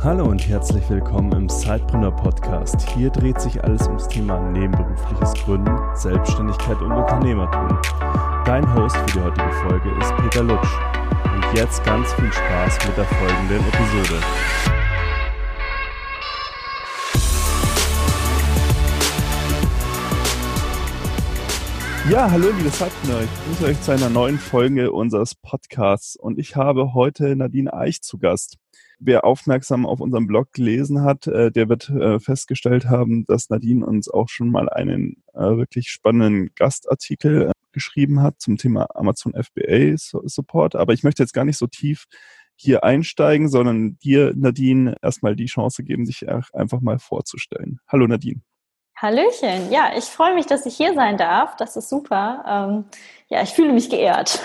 Hallo und herzlich willkommen im Sidepreneur Podcast. Hier dreht sich alles ums Thema nebenberufliches Gründen, Selbstständigkeit und Unternehmertum. Dein Host für die heutige Folge ist Peter Lutsch. Und jetzt ganz viel Spaß mit der folgenden Episode. Ja, hallo liebe Sidepreneur, ich begrüße euch zu einer neuen Folge unseres Podcasts und ich habe heute Nadine Eich zu Gast. Wer aufmerksam auf unserem Blog gelesen hat, der wird festgestellt haben, dass Nadine uns auch schon mal einen wirklich spannenden Gastartikel geschrieben hat zum Thema Amazon FBA Support. Aber ich möchte jetzt gar nicht so tief hier einsteigen, sondern dir, Nadine, erstmal die Chance geben, sich einfach mal vorzustellen. Hallo Nadine. Hallöchen, ja, ich freue mich, dass ich hier sein darf. Das ist super. Ich fühle mich geehrt.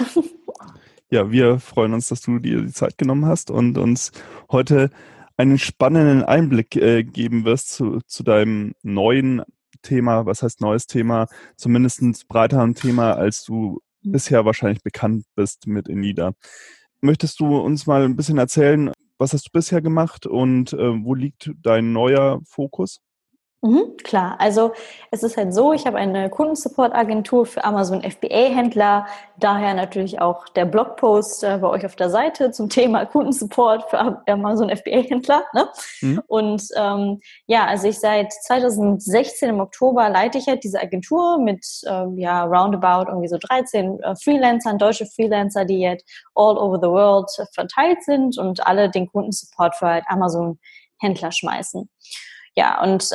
Ja, wir freuen uns, dass du dir die Zeit genommen hast und uns heute einen spannenden Einblick geben wirst zu deinem neuen Thema. Was heißt neues Thema? Zumindest ein breiteres Thema, als du bisher wahrscheinlich bekannt bist mit Enida. Möchtest du uns mal ein bisschen erzählen, was hast du bisher gemacht und wo liegt dein neuer Fokus? Klar, also es ist halt so, ich habe eine Kundensupport-Agentur für Amazon FBA-Händler, daher natürlich auch der Blogpost bei euch auf der Seite zum Thema Kundensupport für Amazon FBA-Händler. Ne? Und also ich seit 2016 im Oktober leite ich halt diese Agentur mit roundabout irgendwie so 13 Freelancern, deutsche Freelancer, die jetzt all over the world verteilt sind und alle den Kundensupport für halt Amazon-Händler schmeißen. Ja, und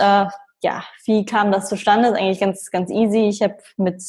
wie kam das zustande? Das ist eigentlich ganz, ganz easy. Ich habe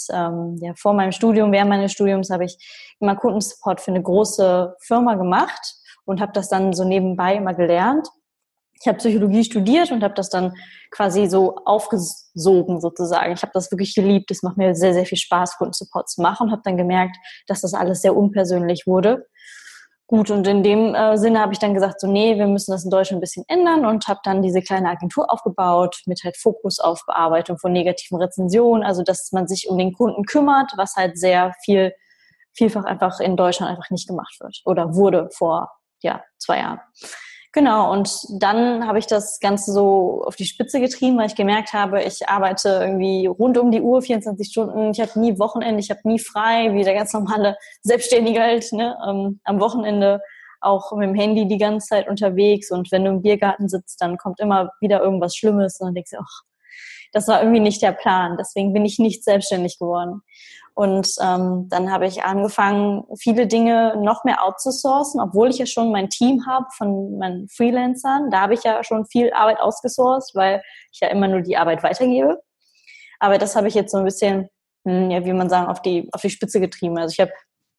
vor meinem Studium, während meines Studiums, habe ich immer Kundensupport für eine große Firma gemacht und habe das dann so nebenbei immer gelernt. Ich habe Psychologie studiert und habe das dann quasi so aufgesogen sozusagen. Ich habe das wirklich geliebt. Es macht mir sehr, sehr viel Spaß, Kundensupport zu machen und habe dann gemerkt, dass das alles sehr unpersönlich wurde. Gut, und in dem Sinne habe ich dann gesagt, so nee, wir müssen das in Deutschland ein bisschen ändern und habe dann diese kleine Agentur aufgebaut mit halt Fokus auf Bearbeitung von negativen Rezensionen, also dass man sich um den Kunden kümmert, was halt vielfach einfach in Deutschland einfach nicht gemacht wird oder wurde vor 2 Jahren. Genau, und dann habe ich das Ganze so auf die Spitze getrieben, weil ich gemerkt habe, ich arbeite irgendwie rund um die Uhr, 24 Stunden, ich habe nie Wochenende, ich habe nie frei, wie der ganz normale Selbstständige halt, ne? Am Wochenende auch mit dem Handy die ganze Zeit unterwegs und wenn du im Biergarten sitzt, dann kommt immer wieder irgendwas Schlimmes und dann denkst du, das war irgendwie nicht der Plan, deswegen bin ich nicht selbstständig geworden. Und dann habe ich angefangen, viele Dinge noch mehr outzusourcen, obwohl ich ja schon mein Team habe von meinen Freelancern. Da habe ich ja schon viel Arbeit ausgesourced, weil ich ja immer nur die Arbeit weitergebe. Aber das habe ich jetzt so ein bisschen, wie man sagen, auf die Spitze getrieben. Also ich habe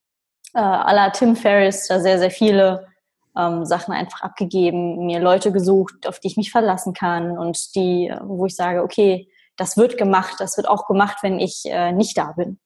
à la Tim Ferriss da sehr, sehr viele Sachen einfach abgegeben, mir Leute gesucht, auf die ich mich verlassen kann und die, wo ich sage, okay, das wird gemacht, das wird auch gemacht, wenn ich nicht da bin.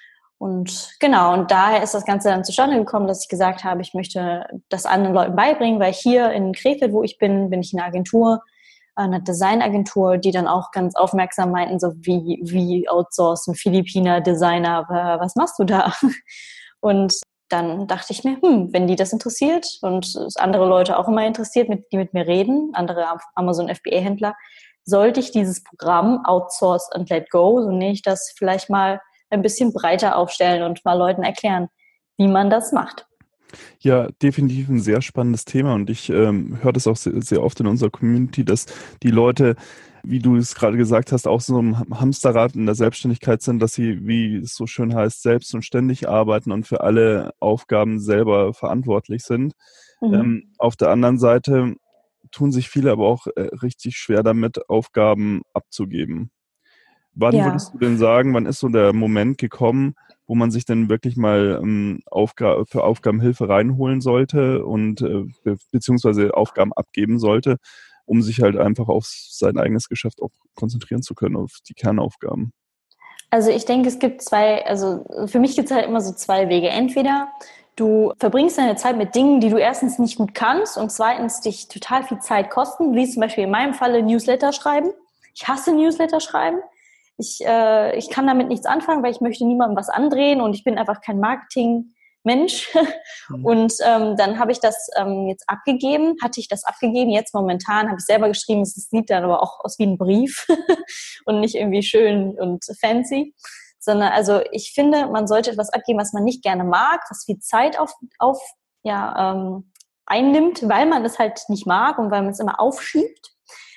Und genau, und daher ist das Ganze dann zustande gekommen, dass ich gesagt habe, ich möchte das anderen Leuten beibringen, weil hier in Krefeld, wo ich bin ich in einer Agentur, eine Designagentur, die dann auch ganz aufmerksam meinten, so wie outsourcen, Philippiner Designer, was machst du da? Und dann dachte ich mir, wenn die das interessiert und es andere Leute auch immer interessiert, die mit mir reden, andere Amazon FBA-Händler, sollte ich dieses Programm Outsource and Let Go, so nenne ich das, vielleicht mal ein bisschen breiter aufstellen und mal Leuten erklären, wie man das macht. Ja, definitiv ein sehr spannendes Thema und ich höre das auch sehr, sehr oft in unserer Community, dass die Leute, wie du es gerade gesagt hast, auch so im Hamsterrad in der Selbstständigkeit sind, dass sie, wie es so schön heißt, selbst und ständig arbeiten und für alle Aufgaben selber verantwortlich sind. Auf der anderen Seite tun sich viele aber auch richtig schwer damit, Aufgaben abzugeben. Wann würdest du denn sagen, wann ist so der Moment gekommen, wo man sich dann wirklich mal für Aufgaben Hilfe reinholen sollte und beziehungsweise Aufgaben abgeben sollte, um sich halt einfach auf sein eigenes Geschäft auch konzentrieren zu können, auf die Kernaufgaben? Also ich denke, es gibt für mich gibt es halt immer so 2 Wege. Entweder du verbringst deine Zeit mit Dingen, die du erstens nicht gut kannst und zweitens dich total viel Zeit kosten, wie zum Beispiel in meinem Falle Newsletter schreiben. Ich hasse Newsletter schreiben. Ich kann damit nichts anfangen, weil ich möchte niemandem was andrehen und ich bin einfach kein Marketingmensch Mensch. Und dann habe ich das hatte ich das abgegeben. Jetzt momentan habe ich selber geschrieben, es sieht dann aber auch aus wie ein Brief und nicht irgendwie schön und fancy. Sondern also ich finde, man sollte etwas abgeben, was man nicht gerne mag, was viel Zeit einnimmt, weil man es halt nicht mag und weil man es immer aufschiebt.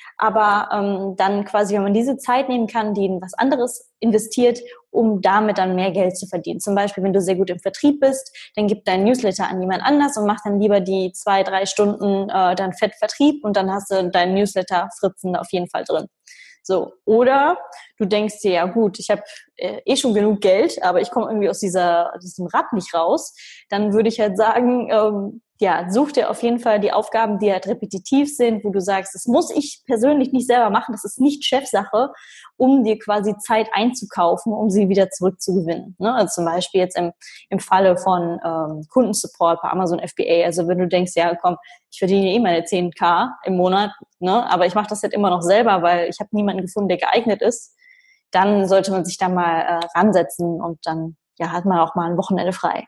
Aber dann quasi, wenn man diese Zeit nehmen kann, die in was anderes investiert, um damit dann mehr Geld zu verdienen. Zum Beispiel, wenn du sehr gut im Vertrieb bist, dann gib deinen Newsletter an jemand anders und mach dann lieber die 2-3 Stunden dann Fettvertrieb und dann hast du deinen Newsletter-Fritzen auf jeden Fall drin. So. Oder du denkst dir, ja gut, ich habe schon genug Geld, aber ich komme irgendwie aus diesem Rad nicht raus. Dann würde ich halt sagen, such dir auf jeden Fall die Aufgaben, die halt repetitiv sind, wo du sagst, das muss ich persönlich nicht selber machen, das ist nicht Chefsache, um dir quasi Zeit einzukaufen, um sie wieder zurückzugewinnen. Ne? Also zum Beispiel jetzt im Falle von Kundensupport bei Amazon FBA, also wenn du denkst, ja komm, ich verdiene meine 10.000 im Monat, ne? Aber ich mache das halt immer noch selber, weil ich habe niemanden gefunden, der geeignet ist, dann sollte man sich da mal ransetzen und dann hat man auch mal ein Wochenende frei.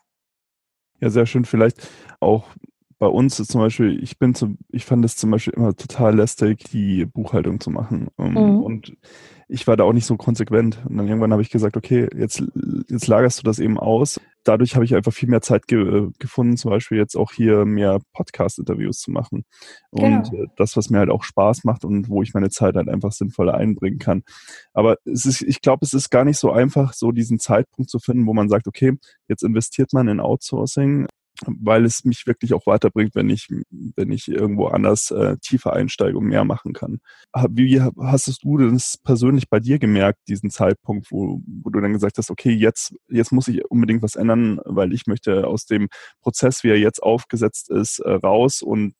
Ja, sehr schön. Vielleicht auch bei uns ist zum Beispiel, ich fand es zum Beispiel immer total lästig, die Buchhaltung zu machen. Und ich war da auch nicht so konsequent. Und dann irgendwann habe ich gesagt, okay, jetzt lagerst du das eben aus. Dadurch habe ich einfach viel mehr Zeit gefunden, zum Beispiel jetzt auch hier mehr Podcast-Interviews zu machen. Und das, was mir halt auch Spaß macht und wo ich meine Zeit halt einfach sinnvoller einbringen kann. Aber ich glaube, es ist gar nicht so einfach, so diesen Zeitpunkt zu finden, wo man sagt, okay, jetzt investiert man in Outsourcing, weil es mich wirklich auch weiterbringt, wenn ich irgendwo anders tiefer einsteige und mehr machen kann. Wie hast du das persönlich bei dir gemerkt, diesen Zeitpunkt, wo du dann gesagt hast, okay, jetzt muss ich unbedingt was ändern, weil ich möchte aus dem Prozess, wie er jetzt aufgesetzt ist, raus und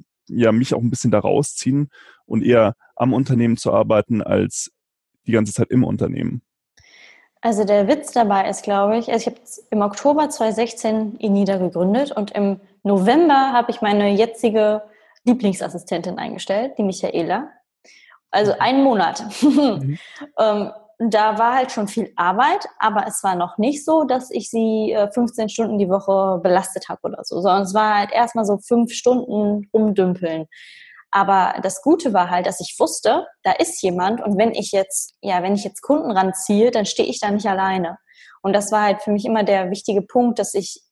mich auch ein bisschen da rausziehen und eher am Unternehmen zu arbeiten, als die ganze Zeit im Unternehmen? Also der Witz dabei ist, glaube ich, also ich habe im Oktober 2016 Inida gegründet und im November habe ich meine jetzige Lieblingsassistentin eingestellt, die Michaela. Also einen Monat. Da war halt schon viel Arbeit, aber es war noch nicht so, dass ich sie 15 Stunden die Woche belastet habe oder so, sondern es war halt erstmal so 5 Stunden rumdümpeln. Aber das Gute war halt, dass ich wusste, da ist jemand und wenn ich jetzt Kunden ranziehe, dann stehe ich da nicht alleine. Und das war halt für mich immer der wichtige Punkt, dass ich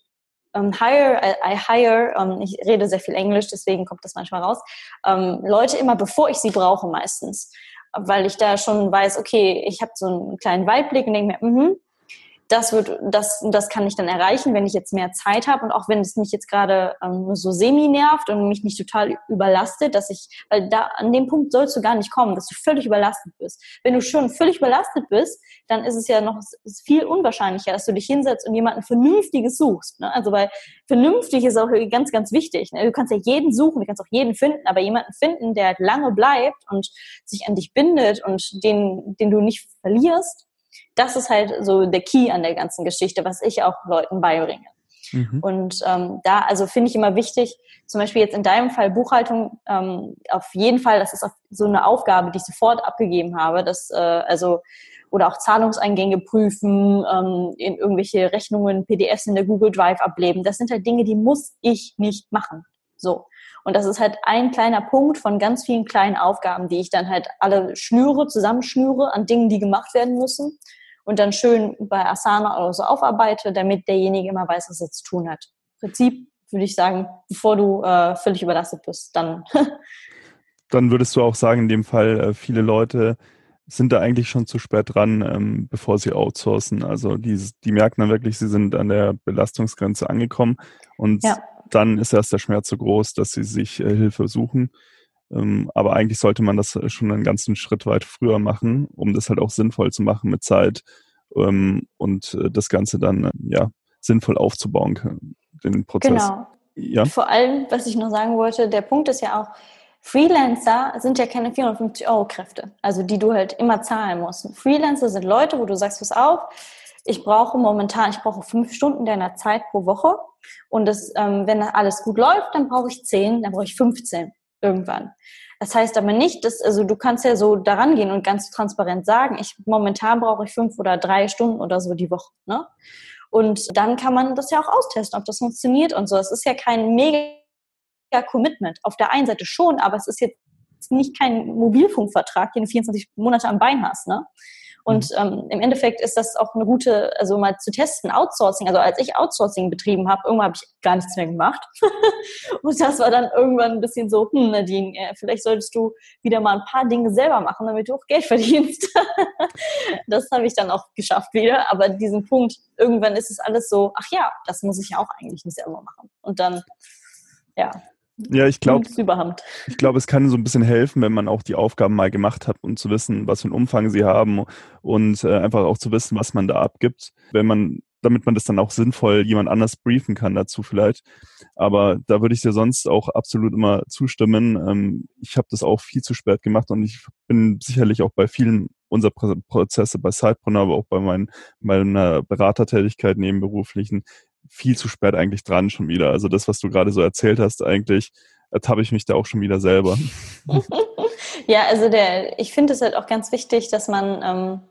hire, ich rede sehr viel Englisch, deswegen kommt das manchmal raus, Leute immer, bevor ich sie brauche meistens. Weil ich da schon weiß, okay, ich habe so einen kleinen Weitblick und denke mir, das kann ich dann erreichen, wenn ich jetzt mehr Zeit habe und auch wenn es mich jetzt gerade nur so semi nervt und mich nicht total überlastet, weil da an dem Punkt sollst du gar nicht kommen, dass du völlig überlastet bist. Wenn du schon völlig überlastet bist, dann ist es ja noch viel unwahrscheinlicher, dass du dich hinsetzt und jemanden Vernünftiges suchst. Ne? Also weil vernünftig ist auch ganz, ganz wichtig. Ne? Du kannst ja jeden suchen, du kannst auch jeden finden, aber jemanden finden, der halt lange bleibt und sich an dich bindet und den du nicht verlierst, das ist halt so der Key an der ganzen Geschichte, was ich auch Leuten beibringe. Und also finde ich immer wichtig, zum Beispiel jetzt in deinem Fall Buchhaltung, auf jeden Fall, das ist so eine Aufgabe, die ich sofort abgegeben habe, oder auch Zahlungseingänge prüfen, in irgendwelche Rechnungen, PDFs in der Google Drive ablegen. Das sind halt Dinge, die muss ich nicht machen. So. Und das ist halt ein kleiner Punkt von ganz vielen kleinen Aufgaben, die ich dann halt alle zusammenschnüre an Dingen, die gemacht werden müssen und dann schön bei Asana oder so aufarbeite, damit derjenige immer weiß, was er zu tun hat. Im Prinzip würde ich sagen, bevor du völlig überlastet bist, dann. Dann würdest du auch sagen, in dem Fall, viele Leute sind da eigentlich schon zu spät dran, bevor sie outsourcen. Also die merken dann wirklich, sie sind an der Belastungsgrenze angekommen und dann ist erst der Schmerz so groß, dass sie sich Hilfe suchen. Aber eigentlich sollte man das schon einen ganzen Schritt weit früher machen, um das halt auch sinnvoll zu machen mit Zeit und das Ganze dann sinnvoll aufzubauen können, den Prozess. Genau. Ja? Vor allem, was ich noch sagen wollte, der Punkt ist ja auch, Freelancer sind ja keine 450-Euro-Kräfte, also die du halt immer zahlen musst. Freelancer sind Leute, wo du sagst, pass auf, ich brauche 5 Stunden deiner Zeit pro Woche und wenn alles gut läuft, dann brauche ich 10, dann brauche ich 15 irgendwann. Das heißt aber nicht, du kannst ja so daran gehen und ganz transparent sagen, momentan brauche ich 5 oder 3 Stunden oder so die Woche, ne? Und dann kann man das ja auch austesten, ob das funktioniert und so. Es ist ja kein mega Commitment. Auf der einen Seite schon, aber es ist jetzt nicht kein Mobilfunkvertrag, den du 24 Monate am Bein hast, ne? Und im Endeffekt ist das auch eine gute, also mal zu testen, Outsourcing. Also als ich Outsourcing betrieben habe, irgendwann habe ich gar nichts mehr gemacht. Und das war dann irgendwann ein bisschen so, Nadine, vielleicht solltest du wieder mal ein paar Dinge selber machen, damit du auch Geld verdienst. Das habe ich dann auch geschafft wieder. Aber diesen Punkt, irgendwann ist es alles so, ach ja, das muss ich ja auch eigentlich nicht selber machen. Und dann, ja. Ja, ich glaube, es kann so ein bisschen helfen, wenn man auch die Aufgaben mal gemacht hat, um zu wissen, was für einen Umfang sie haben und einfach auch zu wissen, was man da abgibt, damit man das dann auch sinnvoll jemand anders briefen kann dazu vielleicht. Aber da würde ich dir sonst auch absolut immer zustimmen. Ich habe das auch viel zu spät gemacht und ich bin sicherlich auch bei vielen unserer Prozesse bei Sidepreneur, aber auch bei meiner Beratertätigkeit nebenberuflichen viel zu spät eigentlich dran schon wieder. Also das, was du gerade so erzählt hast, eigentlich ertappe ich mich da auch schon wieder selber. Ja, also ich finde es halt auch ganz wichtig, dass man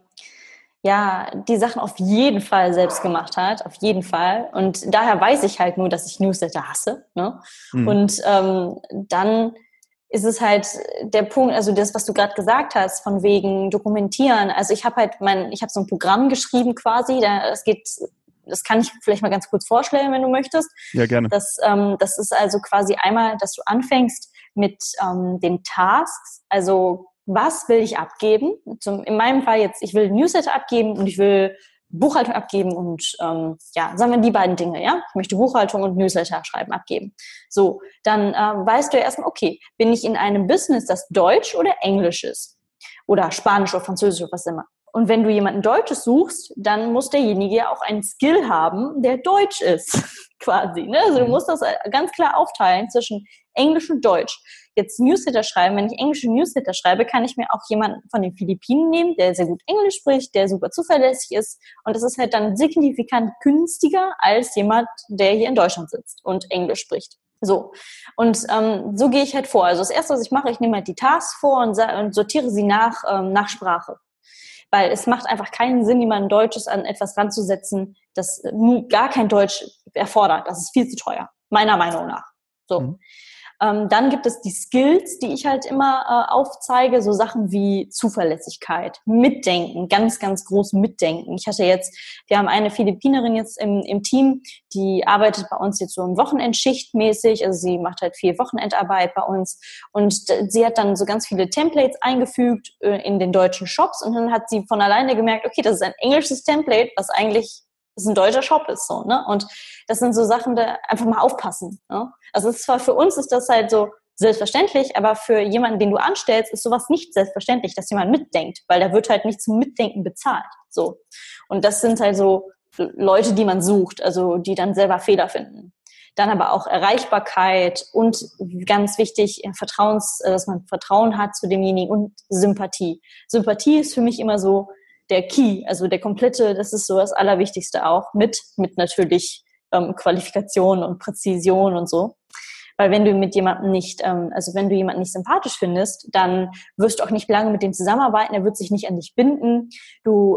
die Sachen auf jeden Fall selbst gemacht hat, auf jeden Fall. Und daher weiß ich halt nur, dass ich Newsletter hasse. Ne? Und dann ist es halt der Punkt, also das, was du gerade gesagt hast, von wegen Dokumentieren. Also ich habe so ein Programm geschrieben quasi, das kann ich vielleicht mal ganz kurz vorstellen, wenn du möchtest. Ja, gerne. Das ist also quasi einmal, dass du anfängst mit den Tasks, also was will ich abgeben? In meinem Fall jetzt, ich will Newsletter abgeben und ich will Buchhaltung abgeben und sagen wir die beiden Dinge, ja? Ich möchte Buchhaltung und Newsletter schreiben, abgeben. So, dann weißt du ja erstmal, okay, bin ich in einem Business, das Deutsch oder Englisch ist? Oder Spanisch oder Französisch oder was immer. Und wenn du jemanden Deutsches suchst, dann muss derjenige ja auch einen Skill haben, der Deutsch ist, quasi. Ne? Also du musst das ganz klar aufteilen zwischen Englisch und Deutsch. Jetzt Newsletter schreiben, wenn ich englische Newsletter schreibe, kann ich mir auch jemanden von den Philippinen nehmen, der sehr gut Englisch spricht, der super zuverlässig ist. Und das ist halt dann signifikant günstiger als jemand, der hier in Deutschland sitzt und Englisch spricht. So. Und so gehe ich halt vor. Also das Erste, was ich mache, ich nehme halt die Tasks vor und sortiere sie nach Sprache. Weil es macht einfach keinen Sinn, jemanden Deutsches an etwas ranzusetzen, das gar kein Deutsch erfordert. Das ist viel zu teuer, meiner Meinung nach. So. Dann gibt es die Skills, die ich halt immer aufzeige, so Sachen wie Zuverlässigkeit, Mitdenken, ganz, ganz groß Mitdenken. Wir haben eine Philippinerin jetzt im Team, die arbeitet bei uns jetzt so im Wochenendschicht mäßig, also sie macht halt viel Wochenendarbeit bei uns und sie hat dann so ganz viele Templates eingefügt in den deutschen Shops und dann hat sie von alleine gemerkt, okay, das ist ein englisches Template, was eigentlich das ein deutscher Shop ist, so, ne? Und das sind so Sachen, da einfach mal aufpassen, ne? Also für uns ist das halt so selbstverständlich, aber für jemanden, den du anstellst, ist sowas nicht selbstverständlich, dass jemand mitdenkt, weil da wird halt nicht zum Mitdenken bezahlt, so. Und das sind halt so Leute, die man sucht, also die dann selber Fehler finden. Dann aber auch Erreichbarkeit und ganz wichtig, dass man Vertrauen hat zu demjenigen und Sympathie. Sympathie ist für mich immer so der Key, also der komplette, das ist so das Allerwichtigste auch, mit natürlich Qualifikation und Präzision und so. Weil wenn du mit jemandem wenn du jemanden nicht sympathisch findest, dann wirst du auch nicht lange mit dem zusammenarbeiten, er wird sich nicht an dich binden. Du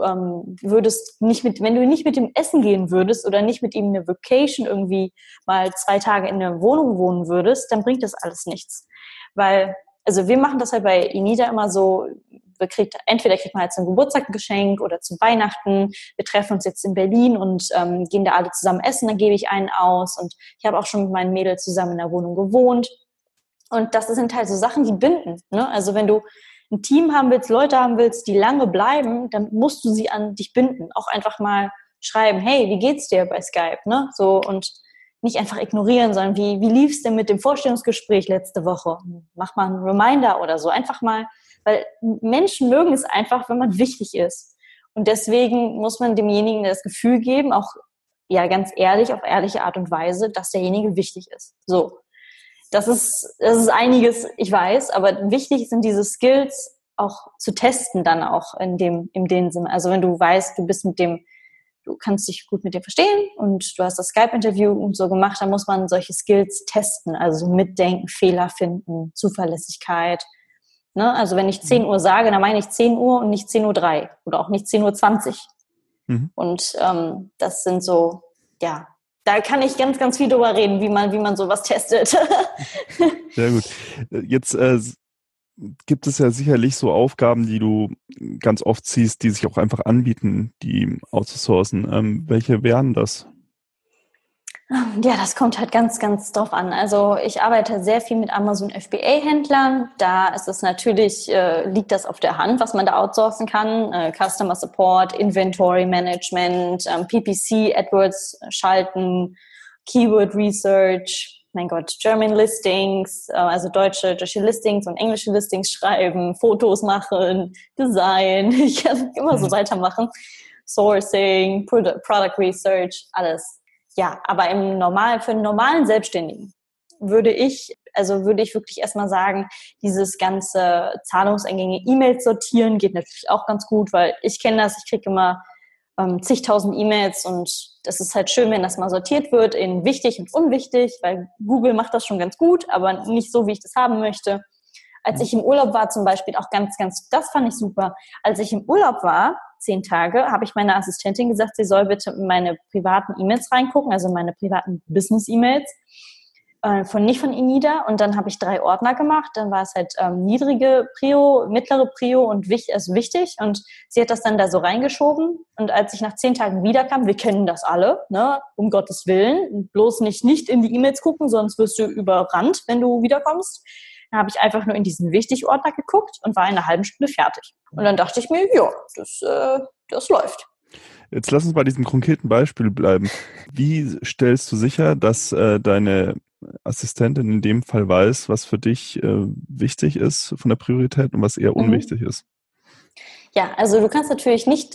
wenn du nicht mit dem essen gehen würdest oder nicht mit ihm eine Vacation irgendwie mal 2 Tage in der Wohnung wohnen würdest, dann bringt das alles nichts. Weil, also wir machen das halt bei Enida immer so, entweder kriegt man halt zum Geburtstag ein Geschenk oder zu Weihnachten. Wir treffen uns jetzt in Berlin und gehen da alle zusammen essen, dann gebe ich einen aus. Und ich habe auch schon mit meinen Mädels zusammen in der Wohnung gewohnt. Und das sind halt so Sachen, die binden. Ne? Also wenn du ein Team haben willst, Leute haben willst, die lange bleiben, dann musst du sie an dich binden. Auch einfach mal schreiben, hey, wie geht's dir bei Skype? Ne? So, und nicht einfach ignorieren, sondern wie lief's denn mit dem Vorstellungsgespräch letzte Woche? Mach mal einen Reminder oder so. Einfach mal, weil Menschen mögen es einfach, wenn man wichtig ist. Und deswegen muss man demjenigen das Gefühl geben, auch ja ganz ehrlich, auf ehrliche Art und Weise, dass derjenige wichtig ist. So, das ist einiges, ich weiß, aber wichtig sind diese Skills auch zu testen dann auch in dem Sinne. Also wenn du weißt, du kannst dich gut mit dem verstehen und du hast das Skype-Interview und so gemacht, dann muss man solche Skills testen, also mitdenken, Fehler finden, Zuverlässigkeit. Ne? Also wenn ich 10 Uhr sage, dann meine ich 10 Uhr und nicht 10:03 Uhr oder auch nicht 10:20 Uhr. Und das sind so, ja, da kann ich ganz, ganz viel drüber reden, wie man sowas testet. Sehr gut. Jetzt gibt es ja sicherlich so Aufgaben, die du ganz oft siehst, die sich auch einfach anbieten, die outzusourcen. Welche wären das? Ja, das kommt halt ganz, ganz drauf an. Also ich arbeite sehr viel mit Amazon FBA-Händlern. Da ist es natürlich, liegt das auf der Hand, was man da outsourcen kann. Customer Support, Inventory Management, PPC, AdWords schalten, Keyword Research, mein Gott, German Listings, also deutsche Listings und englische Listings schreiben, Fotos machen, Design. Ich kann immer so weitermachen. Sourcing, Product Research, alles. Ja, aber für einen normalen Selbstständigen würde ich wirklich erstmal sagen, dieses ganze Zahlungseingänge, E-Mails sortieren geht natürlich auch ganz gut, weil ich kenne das, ich kriege immer zigtausend E-Mails und das ist halt schön, wenn das mal sortiert wird in wichtig und unwichtig, weil Google macht das schon ganz gut, aber nicht so, wie ich das haben möchte. Als ich im Urlaub war zum Beispiel, auch das fand ich super. Als ich im Urlaub war, 10 Tage, habe ich meiner Assistentin gesagt, sie soll bitte in meine privaten E-Mails reingucken, also meine privaten Business-E-Mails, nicht von Inida. Und dann habe ich 3 Ordner gemacht. Dann war es halt niedrige Prio, mittlere Prio und wichtig. Und sie hat das dann da so reingeschoben. Und als ich nach 10 Tagen wiederkam, wir kennen das alle, ne, um Gottes Willen, bloß nicht in die E-Mails gucken, sonst wirst du überrannt, wenn du wiederkommst. Dann habe ich einfach nur in diesen Wichtig-Ordner geguckt und war in einer halben Stunde fertig. Und dann dachte ich mir, ja, das läuft. Jetzt lass uns bei diesem konkreten Beispiel bleiben. Wie stellst du sicher, dass deine Assistentin in dem Fall weiß, was für dich wichtig ist von der Priorität und was eher unwichtig ist? Ja, also du kannst natürlich nicht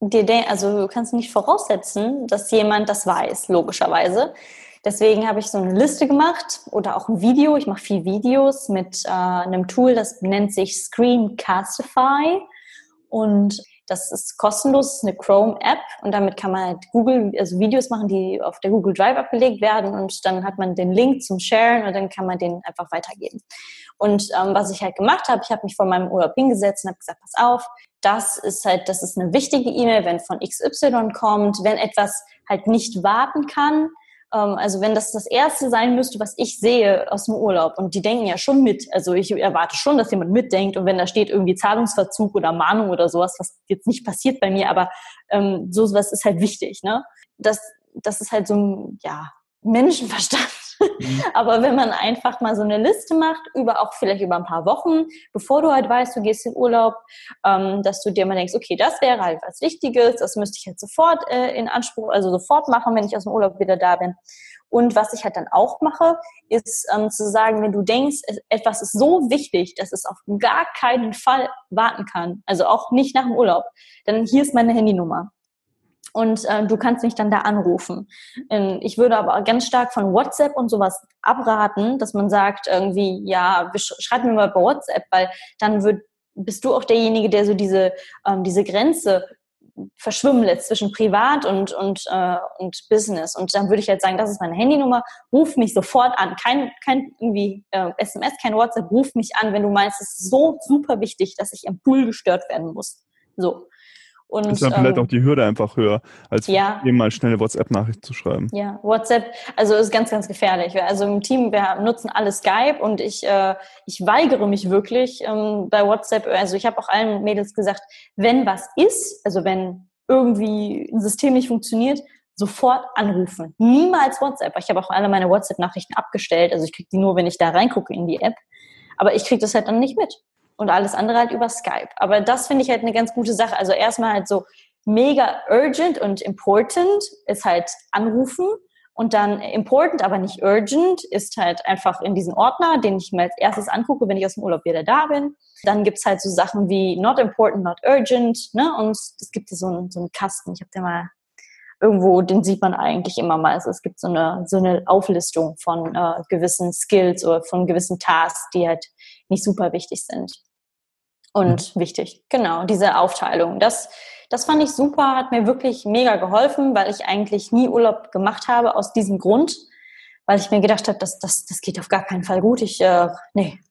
voraussetzen, dass jemand das weiß, logischerweise. Deswegen habe ich so eine Liste gemacht oder auch ein Video. Ich mache viel Videos mit einem Tool, das nennt sich Screencastify. Und das ist kostenlos, das ist eine Chrome-App und damit kann man halt Videos machen, die auf der Google Drive abgelegt werden und dann hat man den Link zum Sharen und dann kann man den einfach weitergeben. Und was ich halt gemacht habe, ich habe mich vor meinem Urlaub hingesetzt und habe gesagt, pass auf, das ist eine wichtige E-Mail, wenn von XY kommt, wenn etwas halt nicht warten kann. Also wenn das Erste sein müsste, was ich sehe aus dem Urlaub und die denken ja schon mit, also ich erwarte schon, dass jemand mitdenkt und wenn da steht irgendwie Zahlungsverzug oder Mahnung oder sowas, was jetzt nicht passiert bei mir, aber sowas ist halt wichtig, ne? Das ist halt so ein, Menschenverstand. Aber wenn man einfach mal so eine Liste macht, vielleicht über ein paar Wochen, bevor du halt weißt, du gehst in Urlaub, dass du dir mal denkst, okay, das wäre halt was Wichtiges, das müsste ich halt sofort in Anspruch, also sofort machen, wenn ich aus dem Urlaub wieder da bin. Und was ich halt dann auch mache, ist zu sagen, wenn du denkst, etwas ist so wichtig, dass es auf gar keinen Fall warten kann, also auch nicht nach dem Urlaub, dann hier ist meine Handynummer. Und du kannst mich dann da anrufen. Ich würde aber ganz stark von WhatsApp und sowas abraten, dass man sagt irgendwie, ja, schreib mir mal bei WhatsApp, weil dann bist du auch derjenige, der so diese Grenze verschwimmen lässt zwischen Privat und Business. Und dann würde ich halt sagen, das ist meine Handynummer, ruf mich sofort an. Kein irgendwie SMS, kein WhatsApp, ruf mich an, wenn du meinst, es ist so super wichtig, dass ich im Pool gestört werden muss. So. Und, ist dann vielleicht auch die Hürde einfach höher, als eben mal schnell eine WhatsApp-Nachricht zu schreiben. Ja, WhatsApp, also ist ganz, ganz gefährlich. Also im Team, wir nutzen alle Skype und ich weigere mich wirklich bei WhatsApp, also ich habe auch allen Mädels gesagt, wenn was ist, also wenn irgendwie ein System nicht funktioniert, sofort anrufen. Niemals WhatsApp. Ich habe auch alle meine WhatsApp-Nachrichten abgestellt, also ich kriege die nur, wenn ich da reingucke in die App, aber ich kriege das halt dann nicht mit. Und alles andere halt über Skype. Aber das finde ich halt eine ganz gute Sache. Also erstmal halt so mega urgent und important ist halt anrufen und dann important, aber nicht urgent ist halt einfach in diesen Ordner, den ich mir als erstes angucke, wenn ich aus dem Urlaub wieder da bin. Dann gibt's halt so Sachen wie not important, not urgent, ne? Und es gibt so einen Kasten, ich habe den mal irgendwo, den sieht man eigentlich immer mal. Also es gibt so eine Auflistung von gewissen Skills oder von gewissen Tasks, die halt nicht super wichtig sind. Und wichtig, genau, diese Aufteilung. Das fand ich super, hat mir wirklich mega geholfen, weil ich eigentlich nie Urlaub gemacht habe aus diesem Grund, weil ich mir gedacht habe, das geht auf gar keinen Fall gut. Nee.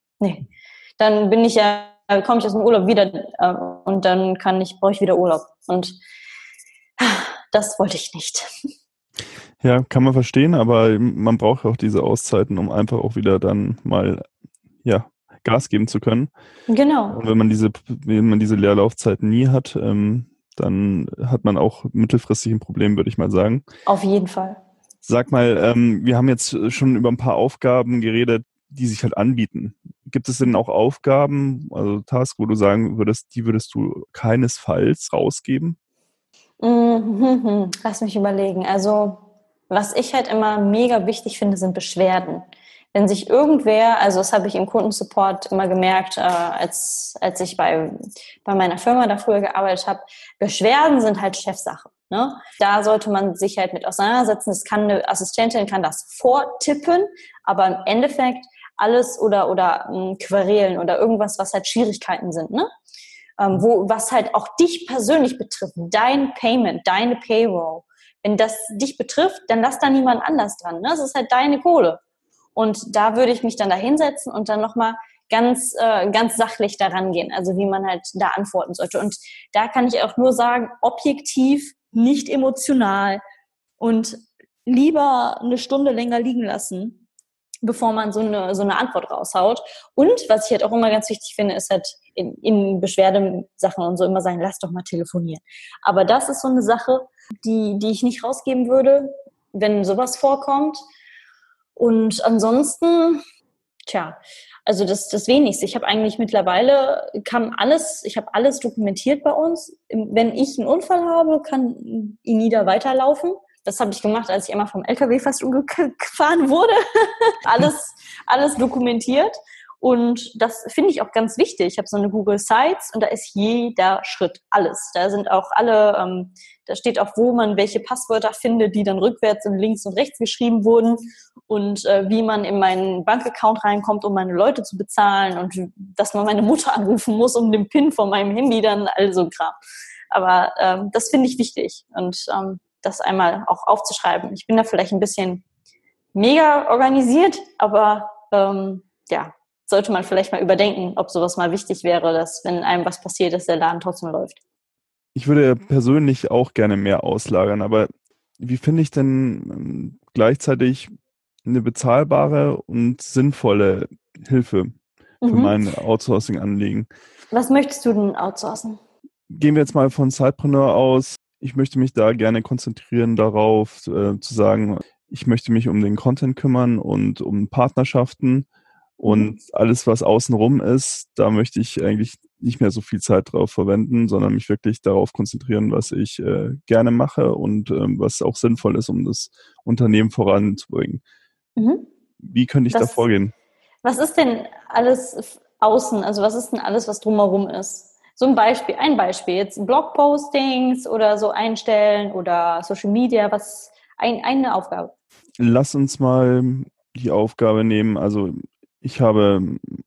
Dann komme ich aus dem Urlaub wieder und dann brauche ich wieder Urlaub. Und Das wollte ich nicht. Ja, kann man verstehen, aber man braucht auch diese Auszeiten, um einfach auch wieder dann mal, ja, Gas geben zu können. Genau. Und wenn man diese Leerlaufzeiten nie hat, dann hat man auch mittelfristig ein Problem, würde ich mal sagen. Auf jeden Fall. Sag mal, wir haben jetzt schon über ein paar Aufgaben geredet, die sich halt anbieten. Gibt es denn auch Aufgaben, also Tasks, wo du sagen würdest, die würdest du keinesfalls rausgeben? Lass mich überlegen. Also, was ich halt immer mega wichtig finde, sind Beschwerden. Wenn sich irgendwer, also das habe ich im Kundensupport immer gemerkt, als ich bei meiner Firma da früher gearbeitet habe, Beschwerden sind halt Chefsache. Ne? Da sollte man sich halt mit auseinandersetzen. Eine Assistentin kann das vortippen, aber im Endeffekt alles oder Querelen oder irgendwas, was halt Schwierigkeiten sind, ne? Was halt auch dich persönlich betrifft, dein Payment, deine Payroll. Wenn das dich betrifft, dann lass da niemand anders dran. Ne? Das ist halt deine Kohle. Und da würde ich mich dann da hinsetzen und dann nochmal ganz sachlich daran gehen, also wie man halt da antworten sollte. Und da kann ich auch nur sagen, objektiv, nicht emotional und lieber eine Stunde länger liegen lassen, bevor man so eine Antwort raushaut. Und was ich halt auch immer ganz wichtig finde, ist halt in Beschwerdesachen und so immer sagen, lass doch mal telefonieren. Aber das ist so eine Sache, die ich nicht rausgeben würde, wenn sowas vorkommt. Und ansonsten, also das Wenigste. Ich habe eigentlich mittlerweile, ich habe alles dokumentiert bei uns. Wenn ich einen Unfall habe, kann Inida weiterlaufen. Das habe ich gemacht, als ich immer vom LKW fast umgefahren wurde. alles dokumentiert. Und das finde ich auch ganz wichtig. Ich habe so eine Google Sites und da ist jeder Schritt, alles. Da sind auch alle, da steht auch, wo man welche Passwörter findet, die dann rückwärts und links und rechts geschrieben wurden und wie man in meinen Bankaccount reinkommt, um meine Leute zu bezahlen und dass man meine Mutter anrufen muss, um den PIN von meinem Handy dann, also Kram. Aber das finde ich wichtig und das einmal auch aufzuschreiben. Ich bin da vielleicht ein bisschen mega organisiert, aber sollte man vielleicht mal überdenken, ob sowas mal wichtig wäre, dass wenn einem was passiert, dass der Laden trotzdem läuft. Ich würde persönlich auch gerne mehr auslagern, aber wie finde ich denn gleichzeitig eine bezahlbare und sinnvolle Hilfe für mein Outsourcing-Anliegen? Was möchtest du denn outsourcen? Gehen wir jetzt mal von Sidepreneur aus. Ich möchte mich da gerne konzentrieren darauf, zu sagen, ich möchte mich um den Content kümmern und um Partnerschaften. Und alles, was außenrum ist, da möchte ich eigentlich nicht mehr so viel Zeit drauf verwenden, sondern mich wirklich darauf konzentrieren, was ich gerne mache und was auch sinnvoll ist, um das Unternehmen voranzubringen. Wie könnte ich da vorgehen? Was ist denn alles außen? Also was ist denn alles, was drumherum ist? So ein Beispiel, jetzt Blogpostings oder so einstellen oder Social Media, eine Aufgabe. Lass uns mal die Aufgabe nehmen, also ich habe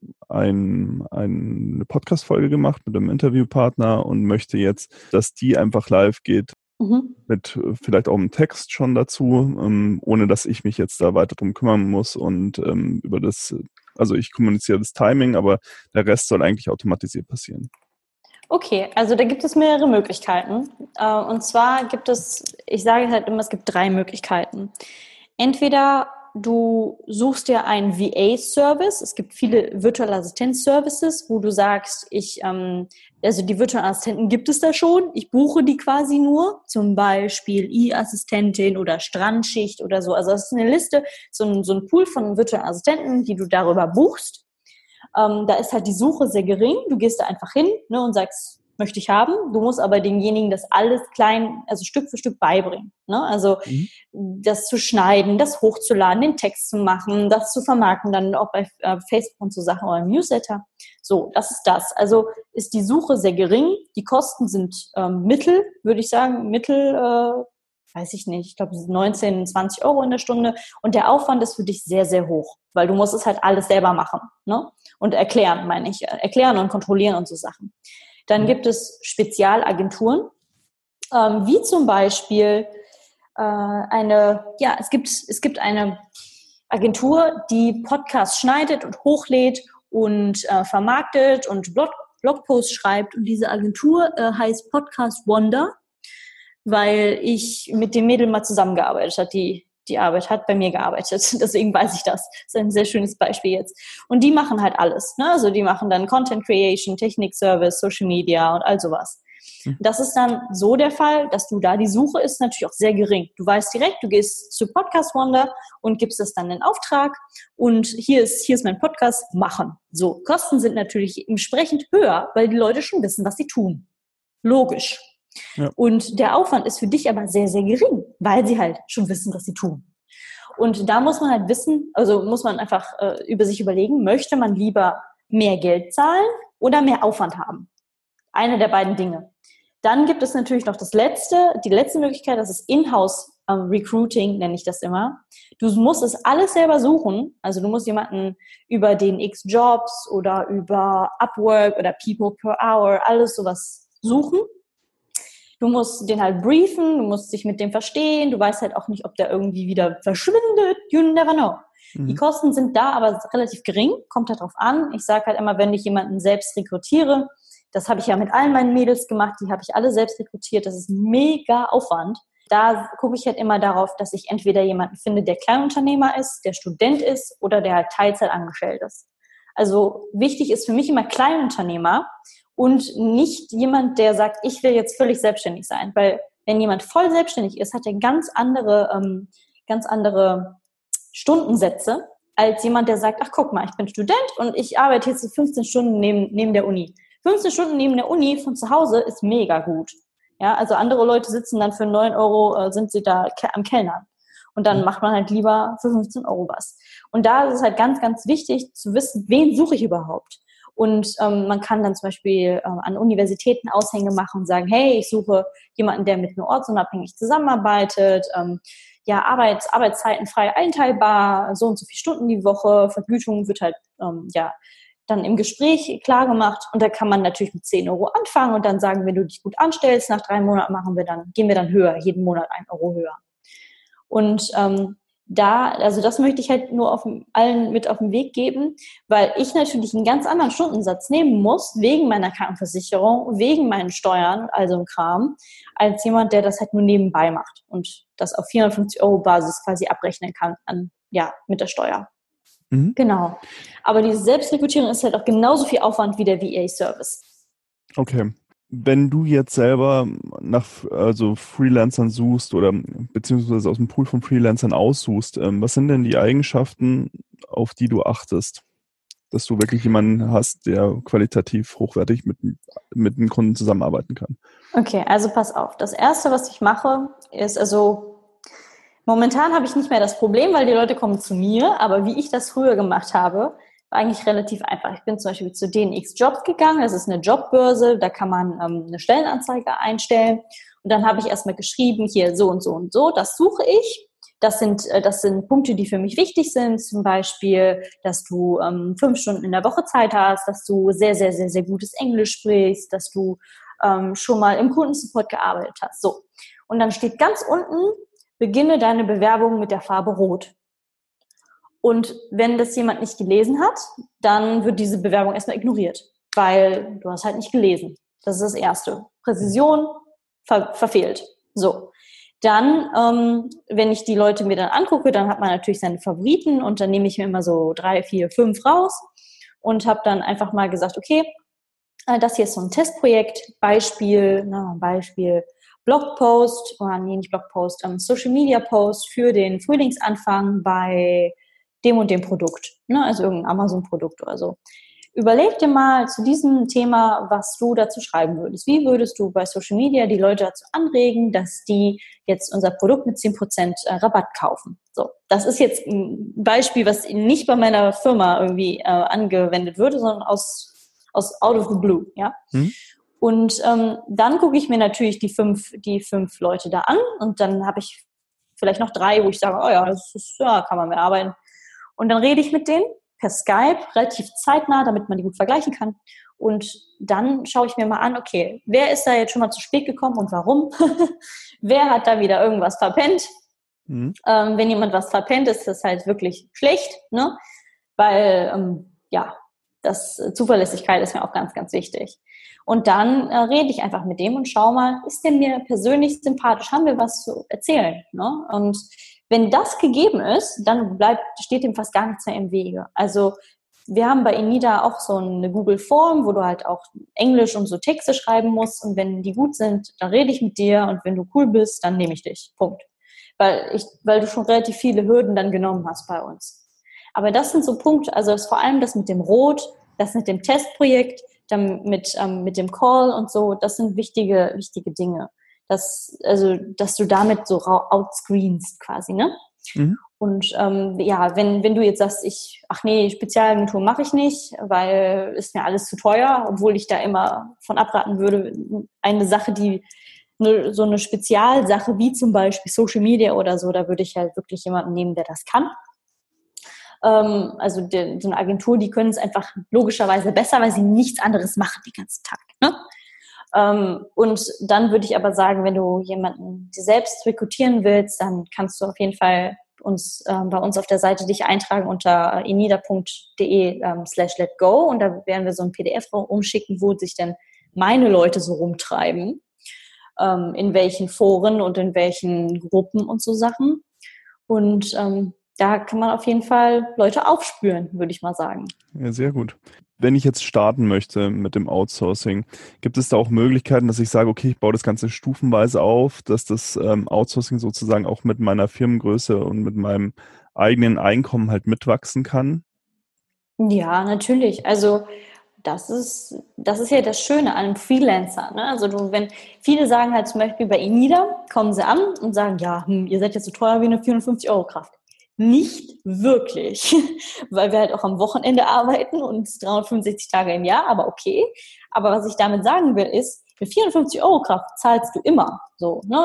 eine Podcast-Folge gemacht mit einem Interviewpartner und möchte jetzt, dass die einfach live geht, mit vielleicht auch einem Text schon dazu, ohne dass ich mich jetzt da weiter drum kümmern muss und also ich kommuniziere das Timing, aber der Rest soll eigentlich automatisiert passieren. Okay, also da gibt es mehrere Möglichkeiten. Und zwar ich sage halt immer, es gibt 3 Möglichkeiten. Entweder du suchst dir einen VA-Service. Es gibt viele virtuelle Assistenz-Services, wo du sagst, also die virtuellen Assistenten gibt es da schon. Ich buche die quasi nur. Zum Beispiel E-Assistentin oder Strandschicht oder so. Also das ist eine Liste, so ein Pool von virtuellen Assistenten, die du darüber buchst. Da ist halt die Suche sehr gering. Du gehst da einfach hin, ne, und sagst, möchte ich haben. Du musst aber demjenigen das alles also Stück für Stück beibringen. Ne? Also das zu schneiden, das hochzuladen, den Text zu machen, das zu vermarkten, dann auch bei Facebook und so Sachen oder im Newsletter. So, das ist das. Also ist die Suche sehr gering. Die Kosten sind mittel, würde ich sagen. Weiß ich nicht, ich glaube 19, 20 Euro in der Stunde. Und der Aufwand ist für dich sehr, sehr hoch, weil du musst es halt alles selber machen. Ne? Und erklären, meine ich. Erklären und kontrollieren und so Sachen. Dann gibt es Spezialagenturen, wie zum Beispiel es gibt eine Agentur, die Podcasts schneidet und hochlädt und vermarktet und Blogposts schreibt. Und diese Agentur heißt Podcast Wonder. weil ich mit dem Mädel mal zusammengearbeitet habe, die Arbeit hat bei mir gearbeitet. Deswegen weiß ich das. Das ist ein sehr schönes Beispiel jetzt. Und die machen halt alles. Ne? Also die machen dann Content Creation, Technik-Service, Social Media und all sowas. Das ist dann so der Fall, dass die Suche ist natürlich auch sehr gering. Du weißt direkt, du gehst zu Podcast Wonder und gibst es dann in Auftrag und hier ist mein Podcast, machen. So, Kosten sind natürlich entsprechend höher, weil die Leute schon wissen, was sie tun. Logisch. Ja. Und der Aufwand ist für dich aber sehr, sehr gering, weil sie halt schon wissen, was sie tun. Und da muss man halt wissen, also muss man einfach über sich überlegen, möchte man lieber mehr Geld zahlen oder mehr Aufwand haben? Eine der beiden Dinge. Dann gibt es natürlich noch die letzte Möglichkeit, das ist Inhouse Recruiting, nenne ich das immer. Du musst es alles selber suchen. Also du musst jemanden über den X-Jobs oder über Upwork oder People per Hour, alles sowas suchen. Du musst den halt briefen, du musst dich mit dem verstehen. Du weißt halt auch nicht, ob der irgendwie wieder verschwindet. You never know. Die Kosten sind da aber relativ gering, kommt halt drauf an. Ich sage halt immer, wenn ich jemanden selbst rekrutiere, das habe ich ja mit allen meinen Mädels gemacht, die habe ich alle selbst rekrutiert, das ist mega Aufwand. Da gucke ich halt immer darauf, dass ich entweder jemanden finde, der Kleinunternehmer ist, der Student ist oder der halt Teilzeit angestellt ist. Also wichtig ist für mich immer Kleinunternehmer und nicht jemand, der sagt, ich will jetzt völlig selbstständig sein. Weil wenn jemand voll selbstständig ist, hat er ganz andere Stundensätze als jemand, der sagt, ach guck mal, ich bin Student und ich arbeite jetzt 15 Stunden neben der Uni. 15 Stunden neben der Uni von zu Hause ist mega gut. Ja, also andere Leute sitzen dann für 9 Euro, sind sie da am Kellnern. Und dann macht man halt lieber für 15 Euro was. Und da ist es halt ganz, ganz wichtig zu wissen, wen suche ich überhaupt? Und man kann dann zum Beispiel an Universitäten Aushänge machen und sagen, hey, ich suche jemanden, der mit mir ortsunabhängig zusammenarbeitet, Arbeitszeiten frei einteilbar, so und so viele Stunden die Woche, Vergütung wird halt, dann im Gespräch klar gemacht und da kann man natürlich mit 10 Euro anfangen und dann sagen, wenn du dich gut anstellst, nach 3 Monaten gehen wir dann höher, jeden Monat 1 Euro höher. Und das möchte ich halt nur allen mit auf den Weg geben, weil ich natürlich einen ganz anderen Stundensatz nehmen muss, wegen meiner Krankenversicherung, wegen meinen Steuern, also ein Kram, als jemand, der das halt nur nebenbei macht und das auf 450 Euro Basis quasi abrechnen kann mit der Steuer. Genau. Aber diese Selbstrekrutierung ist halt auch genauso viel Aufwand wie der VA-Service. Okay. Wenn du jetzt selber nach Freelancern suchst oder beziehungsweise aus dem Pool von Freelancern aussuchst, was sind denn die Eigenschaften, auf die du achtest? Dass du wirklich jemanden hast, der qualitativ hochwertig mit dem Kunden zusammenarbeiten kann. Okay, also pass auf. Das Erste, was ich mache, ist momentan habe ich nicht mehr das Problem, weil die Leute kommen zu mir, aber wie ich das früher gemacht habe, war eigentlich relativ einfach. Ich bin zum Beispiel zu den X-Jobs gegangen, das ist eine Jobbörse, da kann man eine Stellenanzeige einstellen und dann habe ich erstmal geschrieben, hier so und so und so, das suche ich. Das sind Punkte, die für mich wichtig sind, zum Beispiel, dass du 5 Stunden in der Woche Zeit hast, dass du sehr, sehr, sehr, sehr gutes Englisch sprichst, dass du schon mal im Kundensupport gearbeitet hast. So. Und dann steht ganz unten, beginne deine Bewerbung mit der Farbe Rot. Und wenn das jemand nicht gelesen hat, dann wird diese Bewerbung erstmal ignoriert, weil du hast halt nicht gelesen. Das ist das Erste. Präzision verfehlt. So. Dann, wenn ich die Leute mir dann angucke, dann hat man natürlich seine Favoriten und dann nehme ich mir immer so 3, 4, 5 raus und habe dann einfach mal gesagt, okay, das hier ist so ein Testprojekt, Beispiel Blogpost, nicht Blogpost, Social Media Post für den Frühlingsanfang bei dem und dem Produkt, ne? Also irgendein Amazon-Produkt oder so. Überleg dir mal zu diesem Thema, was du dazu schreiben würdest. Wie würdest du bei Social Media die Leute dazu anregen, dass die jetzt unser Produkt mit 10% Rabatt kaufen? So, das ist jetzt ein Beispiel, was nicht bei meiner Firma irgendwie angewendet würde, sondern aus out of the blue, ja. Und dann gucke ich mir natürlich die fünf Leute da an und dann habe ich vielleicht noch 3, wo ich sage, oh ja, kann man mit arbeiten. Und dann rede ich mit denen per Skype, relativ zeitnah, damit man die gut vergleichen kann. Und dann schaue ich mir mal an, okay, wer ist da jetzt schon mal zu spät gekommen und warum? Wer hat da wieder irgendwas verpennt? Wenn jemand was verpennt, ist das halt wirklich schlecht, ne? Weil, Zuverlässigkeit ist mir auch ganz, ganz wichtig. Und dann rede ich einfach mit dem und schau mal, ist der mir persönlich sympathisch? Haben wir was zu erzählen? Ne? Und wenn das gegeben ist, dann steht dem fast gar nichts mehr im Wege. Also wir haben bei Enida auch so eine Google Form, wo du halt auch Englisch und so Texte schreiben musst. Und wenn die gut sind, dann rede ich mit dir. Und wenn du cool bist, dann nehme ich dich. Punkt. Weil du schon relativ viele Hürden dann genommen hast bei uns. Aber das sind so Punkte, also vor allem das mit dem Rot, das mit dem Testprojekt, dann mit dem Call und so, das sind wichtige Dinge. Dass du damit so outscreenst quasi, ne? Mhm. Und wenn du jetzt sagst, Spezialagentur mache ich nicht, weil ist mir alles zu teuer, obwohl ich da immer von abraten würde, eine Sache, so eine Spezialsache wie zum Beispiel Social Media oder so, da würde ich halt wirklich jemanden nehmen, der das kann. So eine Agentur, die können es einfach logischerweise besser, weil sie nichts anderes machen den ganzen Tag. Ne? Und dann würde ich aber sagen, wenn du jemanden dir selbst rekrutieren willst, dann kannst du auf jeden Fall bei uns auf der Seite dich eintragen unter enida.de/letgo und da werden wir so ein PDF umschicken, wo sich dann meine Leute so rumtreiben, in welchen Foren und in welchen Gruppen und so Sachen. Und da kann man auf jeden Fall Leute aufspüren, würde ich mal sagen. Ja, sehr gut. Wenn ich jetzt starten möchte mit dem Outsourcing, gibt es da auch Möglichkeiten, dass ich sage, okay, ich baue das Ganze stufenweise auf, dass das Outsourcing sozusagen auch mit meiner Firmengröße und mit meinem eigenen Einkommen halt mitwachsen kann? Ja, natürlich. Also das ist ja das Schöne an einem Freelancer. Ne? Also wenn viele sagen halt zum Beispiel bei Enida, kommen sie an und sagen, ja, ihr seid jetzt so teuer wie eine 450-Euro-Kraft. Nicht wirklich, weil wir halt auch am Wochenende arbeiten und 365 Tage im Jahr, aber okay. Aber was ich damit sagen will, ist, für 450-Euro-Kraft zahlst du immer. So, ne?